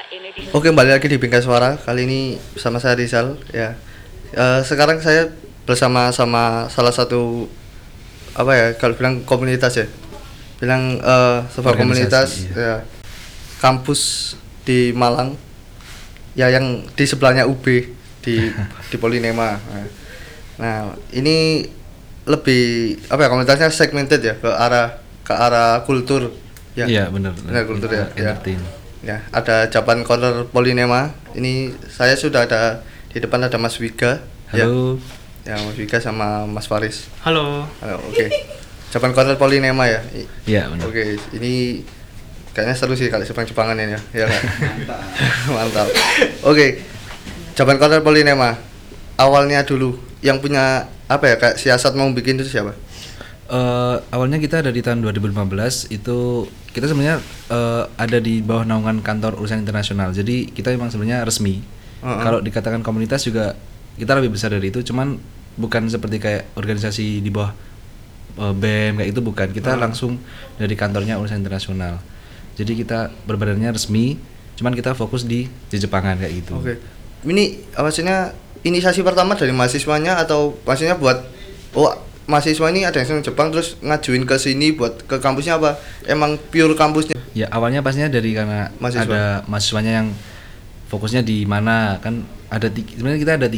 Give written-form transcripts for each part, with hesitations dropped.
Oke, kembali lagi di Bingkai Suara. Kali ini bersama saya Rizal ya. Sekarang saya bersama salah satu apa ya, kalau bilang komunitas ya. Bilang sebuah komunitas ya, kampus di Malang ya, yang di sebelahnya UB di Polinema. Nah, ini lebih apa ya, komunitasnya segmented ya, ke arah kultur ya. Iya, benar Kultur ya. Entertain. Ya, ada Japan Corner Polinema. Ini saya sudah ada di depan, ada Mas Wiga. Halo. Ya, Mas Wiga sama Mas Faris. Halo. Oke. Japan Corner Polinema ya. Iya, benar. Oke, ini kayaknya seru sih kalau Jepang-Jepangan ini ya. Ya kan? Mantap. Oke. Japan Corner Polinema. Awalnya dulu yang punya apa ya, kayak siasat mau bikin itu siapa? Awalnya kita ada di tahun 2015, itu kita sebenarnya ada di bawah naungan kantor urusan internasional. Jadi kita memang sebenarnya resmi. Kalau dikatakan komunitas juga kita lebih besar dari itu, cuman bukan seperti kayak organisasi di bawah BEM kayak itu, bukan. Kita langsung dari kantornya urusan internasional. Jadi kita berbadannya resmi, cuman kita fokus di Jepangan kayak gitu. Oke. Ini maksudnya inisiasi pertama dari mahasiswanya atau maksudnya buat mahasiswa ini ada yang senang Jepang terus ngajuin ke sini buat ke kampusnya, apa emang pure kampusnya? Ya, awalnya pastinya dari karena Mahasiswa. ada mahasiswanya yang fokusnya di mana, kan ada sebenarnya kita ada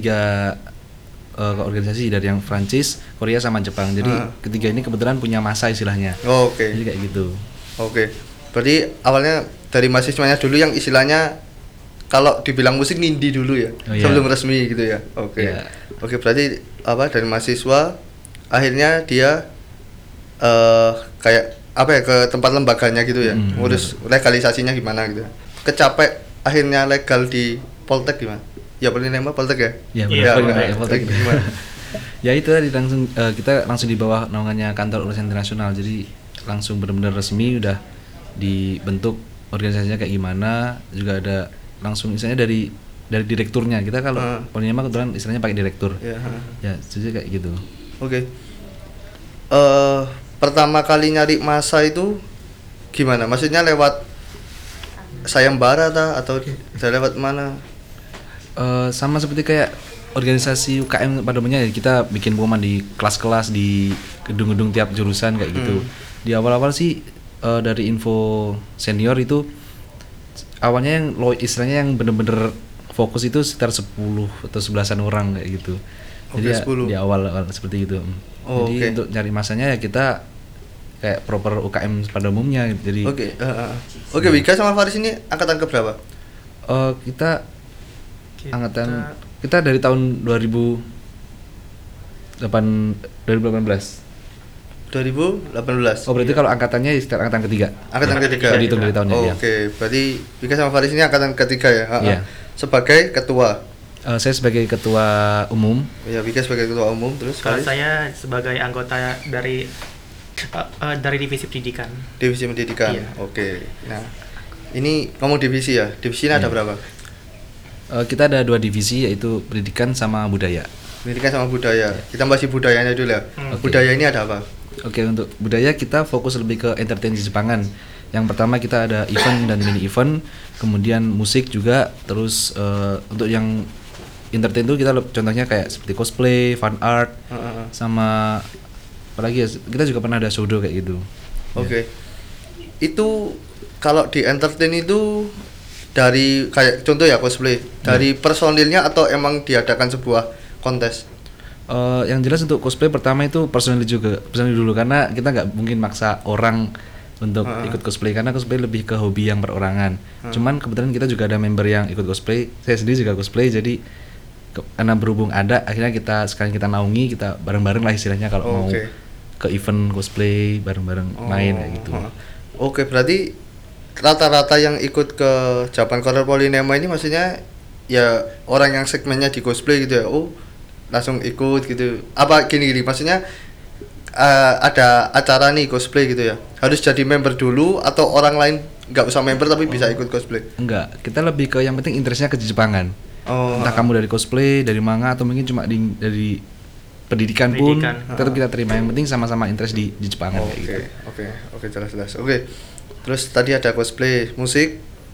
3 organisasi, dari yang Prancis, Korea sama Jepang. Jadi ketiga ini kebetulan punya masa istilahnya. Oke. Jadi kayak gitu. Oke. Berarti awalnya dari mahasiswanya dulu yang istilahnya kalau dibilang musik nindi dulu ya, sebelum resmi gitu ya. Oke. Yeah. Oke, berarti apa, dari mahasiswa akhirnya dia kayak apa ya, ke tempat lembaganya gitu ya, ngurus legalisasinya gimana gitu. Kecapek akhirnya legal di Poltek gimana? Ya Polinema Poltek ya? Ya, Poltek gimana? Ya itu tadi langsung kita langsung di bawah naungannya kantor urusan internasional. Jadi langsung benar-benar resmi, udah dibentuk organisasinya kayak gimana, juga ada langsung istilahnya dari direkturnya. Kita kalau Polinema kebetulan istilahnya pakai direktur. Ya, jadi kayak gitu. Oke. Pertama kali nyari masa itu gimana? Maksudnya lewat sayembara atau lewat mana? Sama seperti kayak organisasi UKM pada umumnya, kita bikin pengumuman di kelas-kelas, di gedung-gedung tiap jurusan kayak gitu. Di awal-awal sih dari info senior itu awalnya yang istilahnya yang bener-bener fokus itu sekitar 10 atau 11-an orang kayak gitu. Jadi ya, di awal seperti itu. Jadi untuk cari masanya ya kita kayak proper UKM pada umumnya. Jadi Oke, Wika sama Faris ini angkatan keberapa? Kita angkatan kita dari tahun 2018. 2018. Oh, berarti kalau angkatannya sekitar angkatan ketiga. Angkatan ketiga. Jadi hitung dari tahunnya. Oke, berarti Wika sama Faris ini angkatan ketiga ya. Iya. Sebagai ketua. Saya sebagai ketua umum. Ya, Wika sebagai ketua umum, terus Kalau saya sebagai anggota dari divisi pendidikan. Divisi pendidikan. Iya. Oke. Nah, ini ngomong divisi ya. Divisi ini ada berapa? Kita ada 2 divisi, yaitu pendidikan sama budaya. Pendidikan sama budaya. Kita bahas budayanya dulu ya. Budaya ini ada apa? Oke, untuk budaya kita fokus lebih ke entertain di Jepangan. Yang pertama kita ada event dan mini event, kemudian musik juga, terus untuk yang entertain itu kita contohnya kayak seperti cosplay, fan art, sama apalagi ya, kita juga pernah ada showdo kayak gitu. Oke. Itu kalau di entertain itu dari kayak contoh ya cosplay, dari personilnya atau emang diadakan sebuah kontes? Yang jelas untuk cosplay pertama itu personil dulu, karena kita nggak mungkin maksa orang untuk ikut cosplay, karena cosplay lebih ke hobi yang perorangan. Cuman kebetulan kita juga ada member yang ikut cosplay, saya sendiri juga cosplay, jadi karena berhubung ada, akhirnya sekarang kita naungi, kita bareng-bareng lah istilahnya kalau mau ke event cosplay bareng-bareng main kayak gitu. Oke, berarti rata-rata yang ikut ke Japan Corner Polinema ini maksudnya ya orang yang segmennya di cosplay gitu ya. Langsung ikut gitu. Apa gini maksudnya ada acara nih cosplay gitu ya, harus jadi member dulu atau orang lain nggak usah member tapi bisa ikut cosplay? Enggak, kita lebih ke yang penting interestnya ke Jepangan. Entah kamu dari cosplay, dari manga, atau mungkin cuma dari pendidikan pun tetap kita terima, yang penting sama-sama interest di Jepangan. Oke, jelas. Oke, terus tadi ada cosplay, musik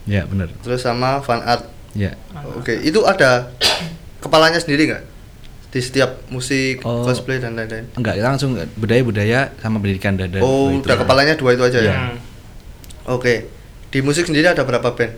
Ya, benar. terus sama fan art. Ya. Oke, itu ada kepalanya sendiri nggak di setiap musik, Oh. cosplay dan lain-lain? Enggak, kita langsung budaya sama pendidikan dan Oh, dua itu. udah kepalanya dua itu aja ya. Iya. Oke, di musik sendiri ada berapa band?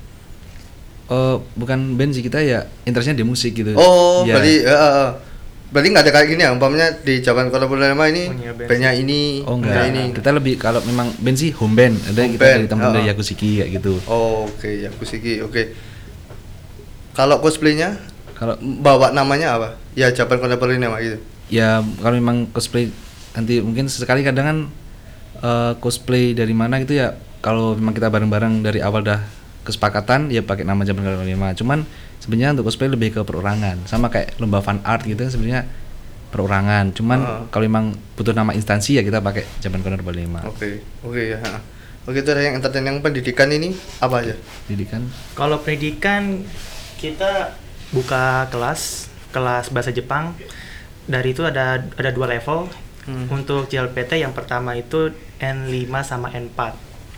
Bukan band sih, kita ya interestnya di musik gitu. Oh, Ya. berarti nggak ada kayak gini ya, umpamanya di Japan Kota Purnama ini Punya band bandnya ini, Oh bandnya enggak, ini. kita lebih kalau memang band sih home band. Ada Home kita band, dari teman dari heeh. Yakushiki kayak gitu. Oh, oke, ya Kusiki, oke. Kalau cosplaynya Kalau bawa namanya apa? Ya Japan Kota Purnama gitu. ya kalau memang cosplay nanti mungkin sesekali kadang kan cosplay dari mana gitu ya, kalau memang kita bareng-bareng dari awal dah kesepakatan ya pakai nama Japan Kota 5. Cuman sebenarnya untuk cosplay lebih ke perorangan, sama kayak lomba fan art gitu kan sebenarnya perorangan. Cuman kalau memang butuh nama instansi ya kita pakai Japan Kota 5. Oke ya. Oke, itu ada yang entertain, yang pendidikan ini apa aja? Pendidikan Kalau pendidikan kita buka kelas bahasa Jepang. Dari itu ada 2 level. Untuk JLPT yang pertama itu N5 sama N4.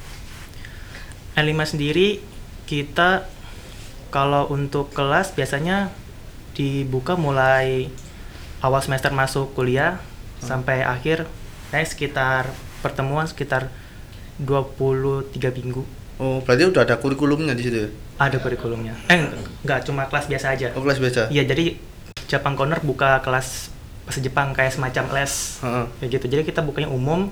N5 sendiri kita kalau untuk kelas biasanya dibuka mulai awal semester masuk kuliah sampai akhir, sekitar pertemuan sekitar 23 minggu. Oh, berarti udah ada kurikulumnya di situ ya? Ada kurikulumnya. Enggak, cuma kelas biasa aja. Oh, kelas biasa. Iya, jadi Japan Corner buka kelas bahasa Jepang kayak semacam les. Heeh. Kayak gitu. Jadi kita bukanya umum,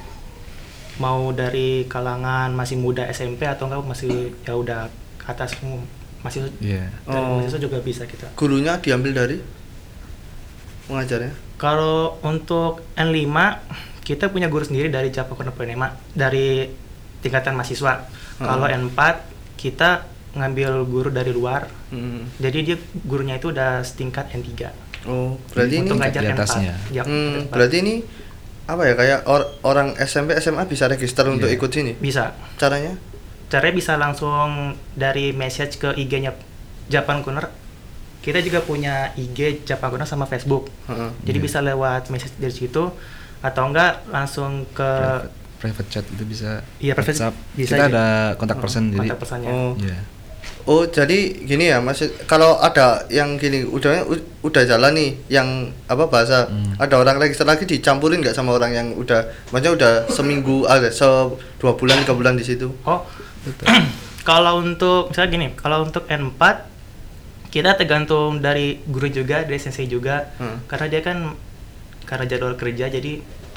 mau dari kalangan masih muda SMP atau enggak masih ya udah ke atas umum. Masih Iya. dari Oh. mahasiswa juga bisa kita. Gurunya diambil dari pengajarnya? Kalau untuk N5 kita punya guru sendiri dari Japan Corner Purnama dari tingkatan mahasiswa. Kalau N4 kita ngambil guru dari luar. Jadi dia gurunya itu udah setingkat N3. Oh, berarti ini untuk ngajar di N4. atasnya. Ya, N4. berarti ini apa ya, kayak orang SMP SMA bisa register untuk Iya. ikut sini? Bisa. Caranya? Caranya bisa langsung dari message ke IG-nya Japan Corner. Kita juga punya IG Japan Corner sama Facebook. Heeh. Jadi Iya. bisa lewat message dari situ atau enggak langsung ke Private chat itu bisa. Iya, private WhatsApp. bisa Kita aja. ada kontak person jadi. kontak personnya. Oh. Iya. Oh, jadi gini ya, Mas. Kalau ada yang gini udah jalan nih yang apa bahasa, ada orang register lagi dicampurin nggak sama orang yang maksudnya udah seminggu, ada 2 bulan 3 bulan di situ? Oh. Kalau untuk misalnya gini, kalau untuk N4 kita tergantung dari guru juga, dari sensei juga. Karena dia kan karena jadwal kerja jadi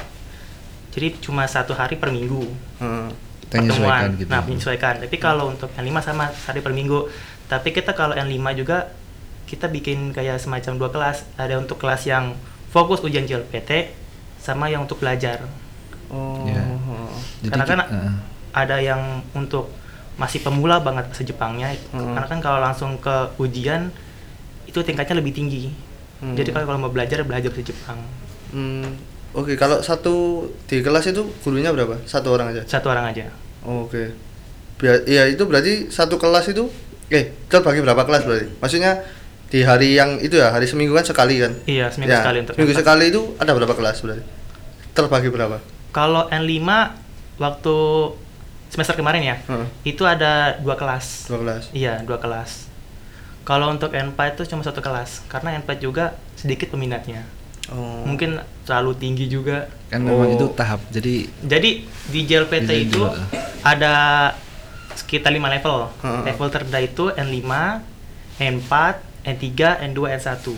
cuma 1 hari per minggu. Kita menyesuaikan gitu. Nah, menyesuaikan. Tapi kalau untuk N5 sama hari per minggu. Tapi kita kalau N5 juga kita bikin kayak semacam 2 kelas. Ada untuk kelas yang fokus ujian JLPT sama yang untuk belajar. Oh. Iya. Jadi Karena kan kita- ada yang untuk masih pemula banget bahasa Jepangnya. Karena kan kalau langsung ke ujian itu tingkatnya lebih tinggi. Jadi kalau mau belajar bahasa Jepang. Oke, kalau satu di kelas itu gurunya berapa? 1 orang aja? 1 orang aja. Oh, oke. Iya, itu berarti satu kelas itu terbagi berapa kelas berarti? Maksudnya di hari yang itu ya, hari seminggu kan sekali kan? Iya, seminggu Ya, sekali untuk seminggu N4. sekali itu ada berapa kelas berarti? Terbagi berapa? Kalau N5 waktu semester kemarin ya, itu ada 2 kelas. 2 kelas. Iya, 2 kelas. Kalau untuk N4 itu cuma 1 kelas, karena N4 juga sedikit peminatnya. Oh. Mungkin terlalu tinggi juga. kan memang Oh. itu tahap. Jadi Jadi di JLPT Bisa itu juga. ada sekitar 5 level. Heeh. Level terendah itu N5, N4, N3, N2, N1.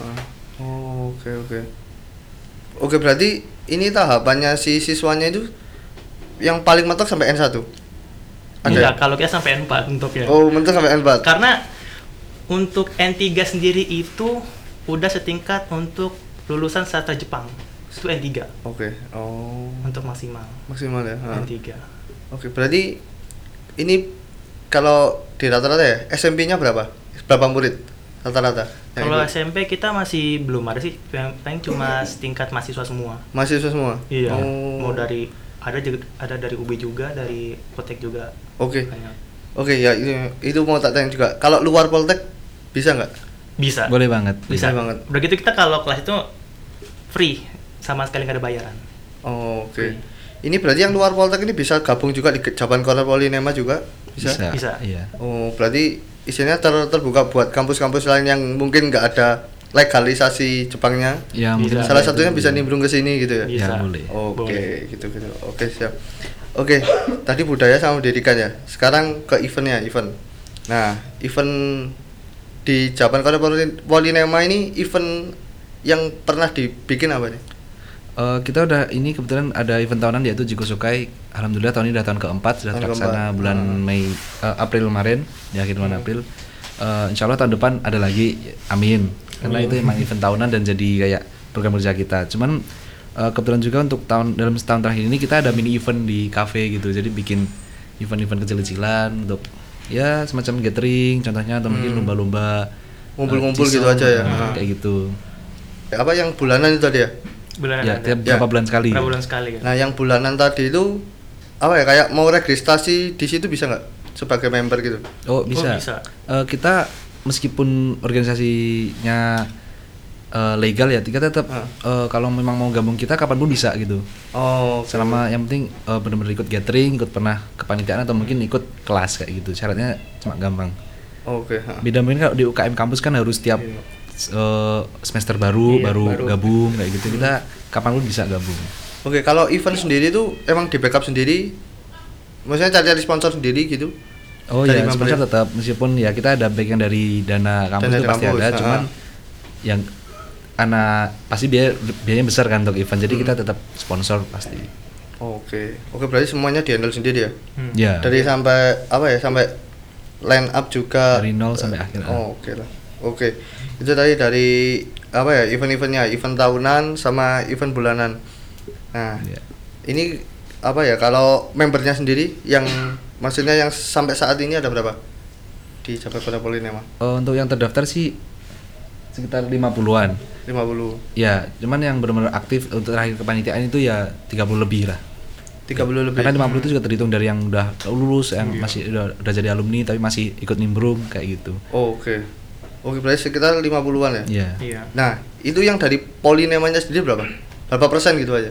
Oh, oke. Oke, berarti ini tahapannya si siswanya itu yang paling mentok sampai N1? Ada? Enggak, kalau kita sampai N4 untuknya. Oh, mentok sampai N4. Karena untuk N3 sendiri itu udah setingkat untuk lulusan sastra Jepang. Itu N3 Oke. Oh, untuk maksimal. maksimal ya. N3. Oke, berarti ini kalau di rata-rata ya, SMP-nya berapa? Berapa murid rata-rata? yang Kalau ikut? SMP kita masih belum ada sih, paling cuma setingkat mahasiswa semua. Mahasiswa semua? Iya. Oh. Mau dari ada dari UB juga, dari Poltek juga. Oke. Banyak. Oke, ya itu mau tak tanya juga. Kalau luar Poltek bisa nggak? Bisa. boleh banget. Bisa Bisa banget. Udah gitu kita kalau kelas itu free, sama sekali nggak ada bayaran. Oh, oke. Free. Ini berarti yang luar Poltek ini bisa gabung juga di Japan Corner Polinema juga? Bisa? Bisa. Iya. Oh, berarti isinya terbuka buat kampus-kampus lain yang mungkin nggak ada legalisasi Jepangnya. Ya, Bisa. mungkin Salah itu satunya bisa juga. nimbrung ke sini gitu ya. Bisa. Ya, boleh. Oke, Boleh. gitu. Oke, siap. Oke, tadi budaya sama pendidikan ya. Sekarang ke eventnya, event. Nah, event di Japan Kone Polinema ini event yang pernah dibikin apa nih? Kita udah ini kebetulan ada event tahunan yaitu Jikusukai. Alhamdulillah tahun ini udah tahun keempat, sudah Tahun terlaksana keempat. bulan Mei, April kemarin, di akhir bulan April. Insya Allah tahun depan ada lagi, amin. Karena itu emang event tahunan dan jadi kayak program kerja kita. Cuman kebetulan juga untuk dalam setahun terakhir ini kita ada mini event di cafe gitu. Jadi bikin event-event kecil-kecilan untuk ya semacam gathering, contohnya atau mungkin lomba-lomba Ngumpul-ngumpul gitu cisong, aja ya. kayak gitu. Apa yang bulanan itu tadi ya? Bulanan Ya, ada. tiap Ya. berapa bulan sekali. Berapa bulan sekali kan? Nah, yang bulanan tadi itu apa ya? Kayak mau registrasi di situ bisa nggak sebagai member gitu? Oh bisa. bisa. Kita meskipun organisasinya legal ya, kita tetap kalau memang mau gabung kita kapanpun bisa gitu. Oh, Selama yang penting benar-benar ikut gathering, ikut pernah kepanitiaan atau mungkin ikut kelas kayak gitu. Syaratnya cuma gampang. oke. Beda mungkin kalau di UKM kampus kan harus tiap semester baru Iya, baru baru. gabung kayak gitu. Kita kapanpun bisa gabung. Oke, kalau event sendiri itu emang di backup sendiri, maksudnya cari sponsor sendiri gitu? Oh Dari ya, member sponsor ya? tetap meskipun ya kita ada bagian dari dana kampus Dana itu pasti kampus, ada, cuman yang anak pasti biayanya besar kan untuk event, jadi kita tetap sponsor pasti. Oke, berarti semuanya di-handle sendiri ya? Ya. Dari sampai apa ya? Sampai line up juga Dari nol sampai akhir. Oke lah. Oke. Itu tadi dari apa ya? Event-eventnya, event tahunan sama event bulanan. Nah, Ya. ini apa ya? Kalau membernya sendiri yang maksudnya yang sampai saat ini ada berapa? Di Japan Kone Polinema? Untuk yang terdaftar sih sekitar 50-an. 50. Ya, cuman yang benar-benar aktif untuk terakhir kepanitiaan itu ya 30 lebih lah. 30 lebih. Karena 50 itu juga terhitung dari yang udah lulus, yang masih udah jadi alumni tapi masih ikut nimbrung kayak gitu. Oke. Oke, berarti sekitar 50-an ya? Iya. Iya. Nah, itu yang dari Polinemanya sendiri berapa? Berapa persen gitu aja?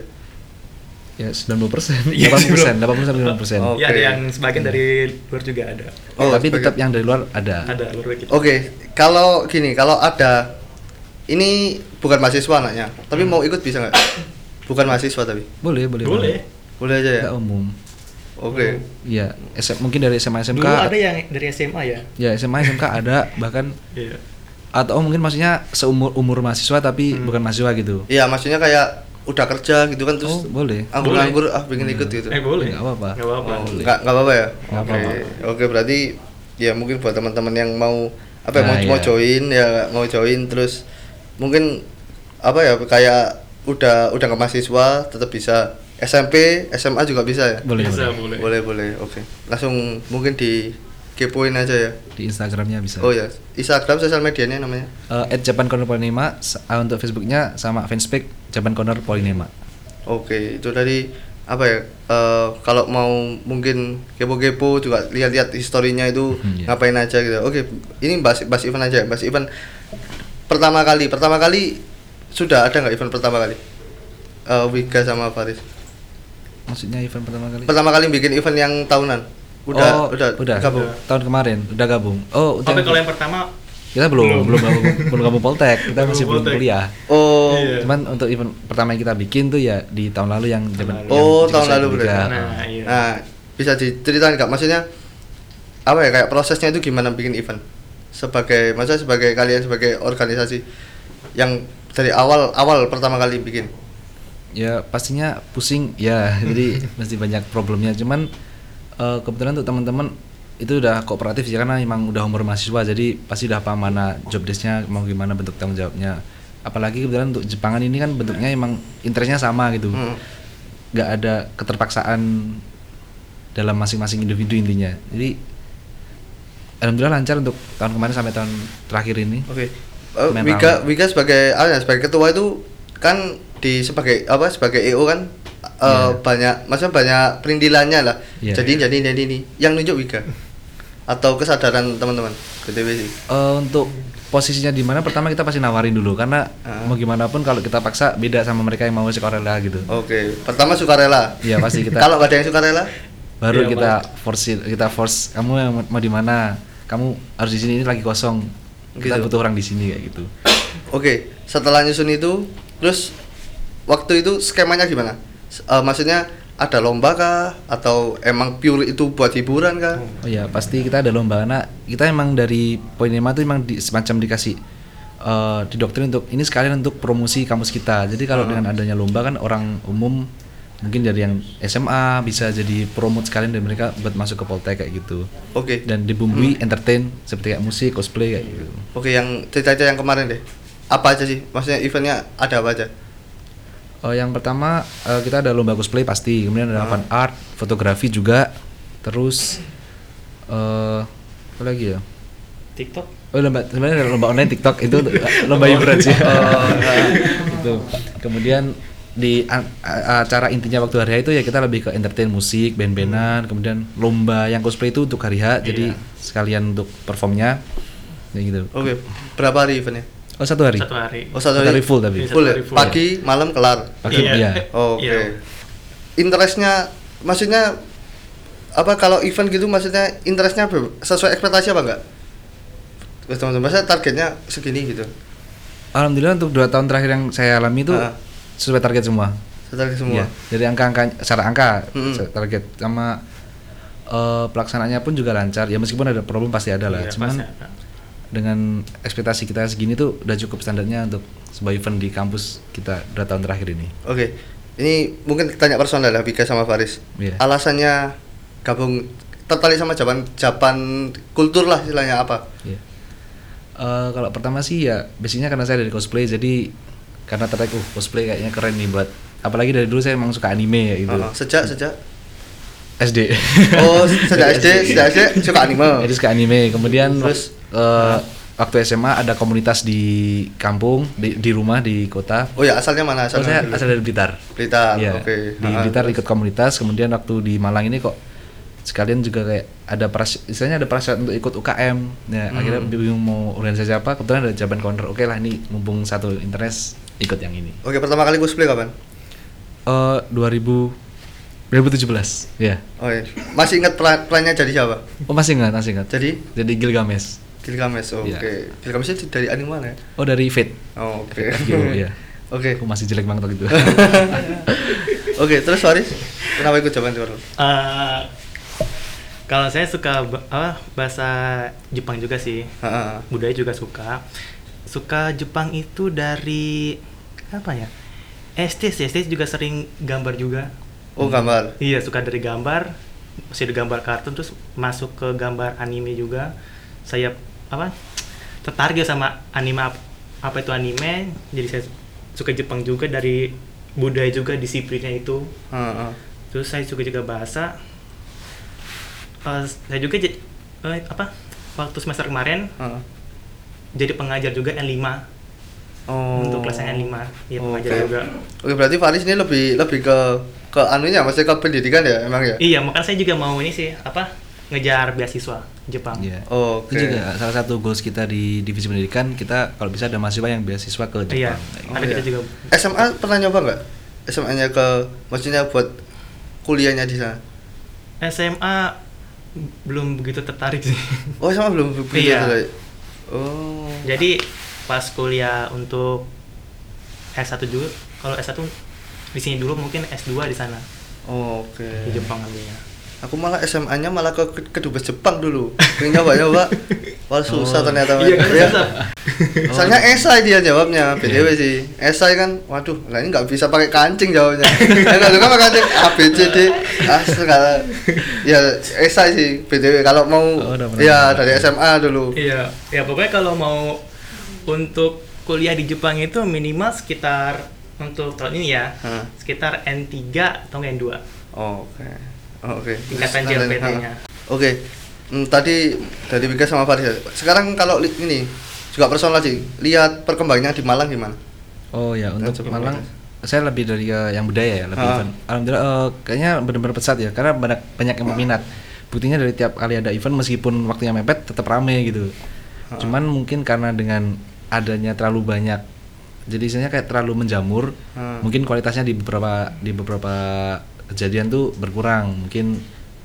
Ya 90%, Iya, 80%, 80% Oh. Ya Oke. ada yang sebagian dari luar juga ada. Oh, tapi sebagai- tetap yang dari luar ada. Ada luar kita. Oke, kalau gini, kalau ada ini bukan mahasiswa anaknya, tapi mau ikut bisa nggak? Bukan mahasiswa tapi Boleh, boleh. Boleh. boleh aja ya. Nggak umum. Oke. Iya, mungkin dari SMA SMK. Dulu ada yang dari SMA ya. Ya, SMA SMK ada bahkan Iya. atau mungkin maksudnya umur mahasiswa tapi bukan mahasiswa gitu. Iya, maksudnya kayak udah kerja gitu kan Oh, terus boleh. anggur-anggur pengen ikut gitu. Boleh. Nggak apa-apa. Nggak apa-apa. Oh, nggak apa-apa ya. Nggak Oke. apa-apa. Oke, berarti ya mungkin buat teman-teman yang mau apa ya, Nah, mau iya. join ya mau join terus mungkin apa ya kayak udah nggak mahasiswa tetap bisa SMP SMA juga bisa ya. Boleh, Bisa, boleh. boleh. Boleh. Oke. Langsung mungkin di kepoin aja ya. Di Instagramnya bisa. Oh ya, Instagram sosial medianya namanya. @Japan Corner Polinema untuk Facebooknya sama fanspage Japan Corner Polinema. Oke, itu tadi apa ya? Kalau mau mungkin kepo-kepo juga lihat-lihat historinya itu Iya. ngapain aja gitu. Oke, ini bahas event aja, bahas event pertama kali. Pertama kali sudah ada nggak event pertama kali? Wiga sama Faris. Maksudnya event pertama kali? Pertama kali bikin event yang tahunan. Udah gabung. Tahun kemarin udah gabung. Oh, Tapi kalau yang pertama kita belum gabung Poltek, kita Belum masih belum Poltek. kuliah. Oh, Iya. Cuman untuk event pertama yang kita bikin tuh ya di tahun lalu yang Japan. Oh, yang tahun lalu Jikusukai berarti. juga. nah, iya. nah bisa diceritain nggak? Maksudnya apa ya kayak prosesnya itu gimana bikin event? Maksudnya sebagai kalian sebagai organisasi yang dari awal pertama kali bikin. Ya pastinya pusing ya, jadi mesti banyak problemnya. Cuman kebetulan untuk teman-teman itu udah kooperatif sih karena emang udah umur mahasiswa, jadi pasti udah paham mana job desk-nya, mau gimana bentuk tanggung jawabnya. Apalagi kebetulan untuk Jepangan ini kan bentuknya emang interestnya sama gitu, nggak ada keterpaksaan dalam masing-masing individu intinya. Jadi alhamdulillah lancar untuk tahun kemarin sampai tahun terakhir ini. Oke. Main Wiga sebagai sebagai ketua itu kan sebagai EO kan Iya. maksudnya banyak perintilannya lah. Iya. Jadi ini yang nunjuk Wiga atau kesadaran teman-teman BTW sih. Untuk posisinya di mana pertama kita pasti nawarin dulu karena mau gimana pun kalau kita paksa beda sama mereka yang mau sukarela gitu. Oke, pertama sukarela. Iya pasti kita. Kalau nggak ada yang sukarela, baru Iya, kita force kamu yang mau di mana, kamu harus di sini, ini lagi kosong, kita Gitu. butuh orang di sini kayak gitu. Oke, setelah nyusun itu, terus waktu itu skemanya gimana? Maksudnya ada lomba kah atau emang pure itu buat hiburan kah? Oh ya, pasti kita ada lomba, karena kita emang dari Poin 5 tuh emang semacam dikasih didoktrin untuk ini sekalian untuk promosi kampus kita. Jadi kalau dengan adanya lomba kan orang umum mungkin dari yang SMA bisa jadi promote sekalian dan mereka buat masuk ke Poltek kayak gitu. Oke. Dan dibumbui entertain seperti kayak musik, cosplay kayak gitu. Oke, yang cerita yang kemarin deh. Apa aja sih? Maksudnya eventnya ada apa aja? Yang pertama kita ada lomba cosplay pasti, kemudian ada fan art, fotografi juga, terus apa lagi ya? TikTok. Oh, sebenarnya ada lomba online TikTok itu lomba hiburan sih. Itu. Kemudian di acara intinya waktu hari H itu ya kita lebih ke entertain musik, band-bandan, kemudian lomba yang cosplay itu untuk hari H, jadi sekalian untuk performnya kayak gitu. Oke. Berapa hari eventnya? Oh, 1 hari. 1 hari. Oh, 1 Satu hari full tapi. Iya. Full ya? Satu hari full. Pagi, malam kelar. Pagi, iya. Oke. Iya. Interestnya, maksudnya apa kalau event gitu? Maksudnya interestnya sesuai ekspektasi apa enggak? Terus teman-teman, maksudnya targetnya segini gitu. Alhamdulillah untuk 2 tahun terakhir yang saya alami itu sesuai target semua. Target semua. Iya. Jadi angka-angka secara angka target sama pelaksanaannya pun juga lancar. Ya meskipun ada problem pasti ada lah. Iya, Cuman pasti ada. dengan ekspektasi kita segini tuh udah cukup standarnya untuk sebuah event di kampus kita 2 tahun terakhir ini. Oke. Ini mungkin tanya personal lah Bika sama Faris. Iya. Alasannya gabung tertarik sama Japan kultur lah istilahnya apa? Iya. Kalau pertama sih ya basicnya karena saya dari cosplay, jadi karena tertarik cosplay kayaknya keren nih buat, apalagi dari dulu saya emang suka anime ya gitu. Sejak SD. Oh, sejak SD suka anime. Jadi suka anime. Kemudian Terus waktu SMA ada komunitas di kampung, di rumah di kota. Oh ya, asalnya mana? Oh, saya asal dari Blitar. Blitar. Iya. Oke. Di Blitar ikut komunitas, kemudian waktu di Malang ini kok sekalian juga kayak ada istilahnya ada prasyarat untuk ikut UKM. Ya, akhirnya bingung mau organisasi apa, kebetulan ada Japan Corner. Oke lah, ini mumpung satu interest, ikut yang ini. Oke, pertama kali cosplay kapan? 2017. Ya. Oh iya. Masih ingat perannya jadi siapa? Oh, masih ingat. Jadi Gilgamesh. Gilgamesh. Oke. Iya. Gilgamesh itu dari anime mana ya? Oh, dari Fate. Oh, oke. Iya. Oke. Aku masih jelek banget waktu itu. Oke, terus Faris, kenapa ikut Japan Corner? Kalau saya suka bahasa Jepang juga sih. Budaya juga suka. Suka Jepang itu dari apa ya? SD juga sering gambar juga. Oh, gambar. Iya, suka dari gambar. Masih ada gambar kartun, terus masuk ke gambar anime juga. Saya tertarik sama anime, apa itu anime. Jadi saya suka Jepang juga, dari budaya juga, disiplinnya itu. Terus saya suka juga bahasa. Saya juga waktu semester kemarin jadi pengajar juga N5. Untuk kelasnya N5. Iya, pengajar juga. Oke, berarti Faris ini lebih ke anunya, maksudnya ke pendidikan ya, emang ya? Iya, makanya saya juga mau ini sih, ngejar beasiswa Jepang. Iya. Oke. Itu juga salah satu goals kita di divisi pendidikan, kita kalau bisa ada mahasiswa yang beasiswa ke Jepang. Iya. Nah, Ada kita juga. SMA pernah nyoba nggak? SMA-nya maksudnya buat kuliahnya di sana? SMA belum begitu tertarik sih. Oh, SMA belum begitu Iya. tertarik? Oh. Jadi pas kuliah untuk S1 juga, kalau S1 di sini dulu, mungkin S2 di sana. Oke. Di Jepang ambilnya. Aku malah SMA-nya malah ke dubes Jepang dulu. Pengen nyoba. Wah, susah ternyata. Iya kan, Ya. susah. Soalnya esai dia jawabnya, BTW sih. Esai kan, waduh, lah ini nggak bisa pakai kancing jawabnya. Nggak suka pakai kancing A B C D. Sekarang ya esai sih BTW kalau mau ya dari SMA dulu. Iya, ya pokoknya kalau mau untuk kuliah di Jepang itu minimal sekitar, untuk tahun ini ya, sekitar N3 atau N2. Oke. Tingkatan JLPT-nya. Oke. Tadi dari Bika sama Faris. Sekarang kalau ini juga personal sih, lihat perkembangannya di Malang gimana? Oh ya, untuk Malang saya lebih dari yang budaya ya, lebih event. Alhamdulillah kayaknya benar-benar pesat ya, karena banyak yang minat. Buktinya dari tiap kali ada event, meskipun waktunya mepet tetap rame gitu. Cuman mungkin karena dengan adanya terlalu banyak, jadi istilahnya kayak terlalu menjamur, mungkin kualitasnya di beberapa kejadian tuh berkurang. Mungkin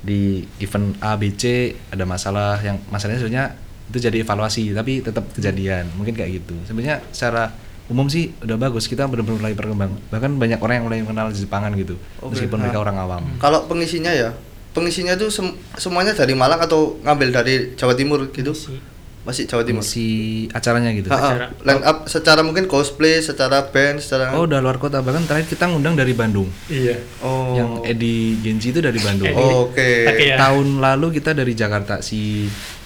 di event A B C ada masalah, yang masalahnya sebenarnya itu jadi evaluasi tapi tetap kejadian, mungkin kayak gitu. Sebenarnya secara umum sih udah bagus, kita benar-benar mulai berkembang, bahkan banyak orang yang mulai mengenal Jepangan gitu. Oke. Meskipun mereka orang awam. Kalau pengisinya ya, pengisinya itu semuanya dari Malang atau ngambil dari Jawa Timur gitu? Masih Jawa Timur. Si acaranya gitu. Acara. Line up secara mungkin cosplay, secara band, secara Oh, udah luar kota, bahkan terakhir kita ngundang dari Bandung. Iya. Oh. Yang Edi Genji itu dari Bandung. Edi. Oh, oke. Oke, ya. Tahun lalu kita dari Jakarta, si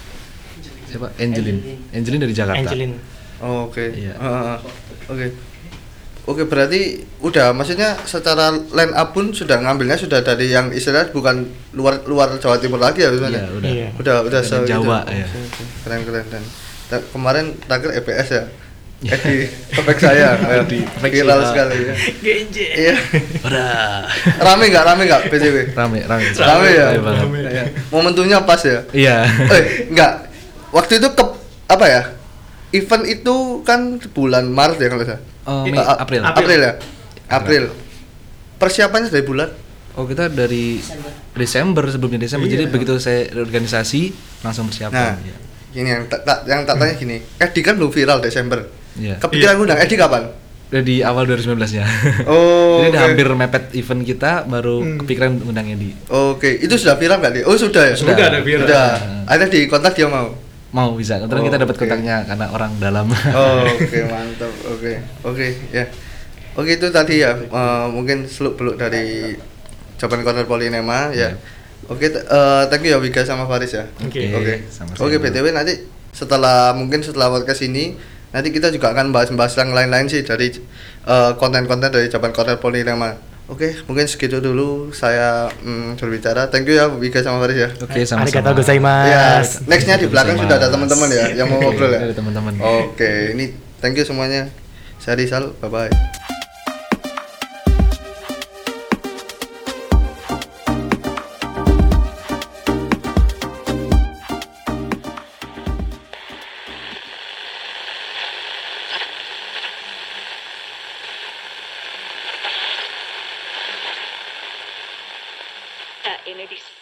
siapa? Angelin dari Jakarta. Angelin. Oh, oke. Iya. Oke. Oke, berarti udah maksudnya secara line up pun sudah ngambilnya sudah dari yang istilah bukan luar Jawa Timur lagi ya Iya, maksudnya. udah. Iya. Udah Dari se- Jawa, gitu. ya. Oke. Keren. Dan kemarin terakhir EPS ya. Edi topik saya. Edi, topik Viral saya. sekali ya. Genje. Iya. Udah. Rame nggak PJW? Rame. Rame ya. banget. Iya. Momentumnya pas ya. Iya. Enggak. Waktu itu apa ya? Event itu kan bulan Maret ya kalau saya. Mei, April. April ya. April. Persiapannya dari bulan. Oh, kita dari Desember, sebelumnya Desember. Jadi begitu saya organisasi langsung Nah, persiapan. Iya. gini yang tak tanya gini. Edi kan belum viral Desember. Iya. Kepikiran ngundang Edi kapan? Udah di awal 2019-nya. Oh. Jadi udah oke. hampir mepet event kita, baru kepikiran undang Edi. Oke, itu sudah viral nggak, Di? Oh, sudah ya? Sudah ada viral. Sudah. Ada di kontak dia mau. Mau bisa, kebetulan Oh, kita dapat oke. kontaknya karena orang dalam. Oh, oke, mantap. Oke, ya. Oke, itu tadi ya mungkin seluk-beluk dari Japan Corner Polinema ya. Oke, thank you ya Wiga sama Faris ya. Oke. Sama-sama. Oke, BTW nanti setelah podcast ini nanti kita juga akan bahas yang lain-lain sih dari konten-konten dari Japan Corner Polinema. Oke, mungkin segitu dulu saya berbicara. Thank you ya Wiga sama Faris ya. Oke, sama-sama. Arigatou gozaimasu. Ya, nextnya di belakang sudah ada teman-teman ya yang mau ngobrol ya. Ada teman-teman. Oke, ini thank you semuanya. Saya Rizal, bye bye. Ini di